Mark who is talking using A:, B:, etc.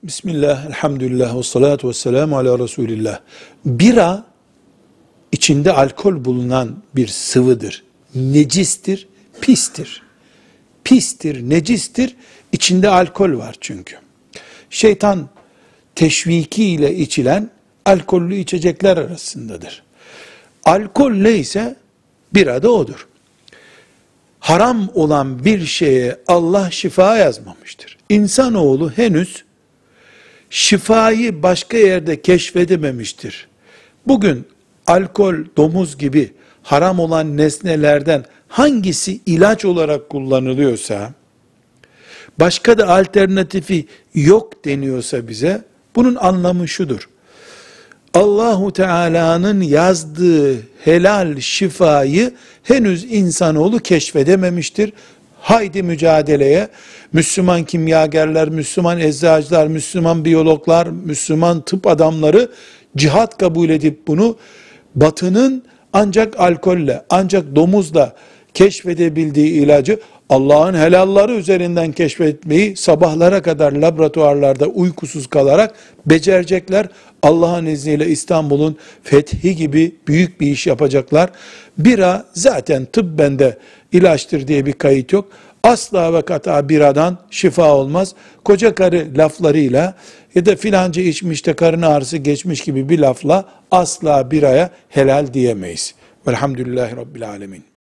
A: Bismillah, elhamdülillah, ve salatu ve selamu ala Resulillah. Bira, içinde alkol bulunan bir sıvıdır. Necistir, pistir. Pistir, necistir, içinde alkol var çünkü. Şeytan teşviki ile içilen alkollü içecekler arasındadır. Alkol neyse bira da odur. Haram olan bir şeye Allah şifa yazmamıştır. İnsanoğlu henüz şifayı başka yerde keşfedememiştir. Bugün alkol, domuz gibi haram olan nesnelerden hangisi ilaç olarak kullanılıyorsa, başka da alternatifi yok deniyorsa bize, bunun anlamı şudur: Allahu Teala'nın yazdığı helal şifayı henüz insanoğlu keşfedememiştir. Haydi mücadeleye. Müslüman kimyagerler, Müslüman eczacılar, Müslüman biyologlar, Müslüman tıp adamları cihat kabul edip bunu Batı'nın ancak alkolle, ancak domuzla keşfedebildiği ilacı Allah'ın helalları üzerinden keşfetmeyi sabahlara kadar laboratuvarlarda uykusuz kalarak becerecekler. Allah'ın izniyle İstanbul'un fethi gibi büyük bir iş yapacaklar. Bira zaten tıbben de ilaçtır diye bir kayıt yok. Asla ve kata biradan şifa olmaz. Koca karı laflarıyla ya da filanca içmiş de karın ağrısı geçmiş gibi bir lafla asla biraya helal diyemeyiz. Velhamdülillahi Rabbil Alemin.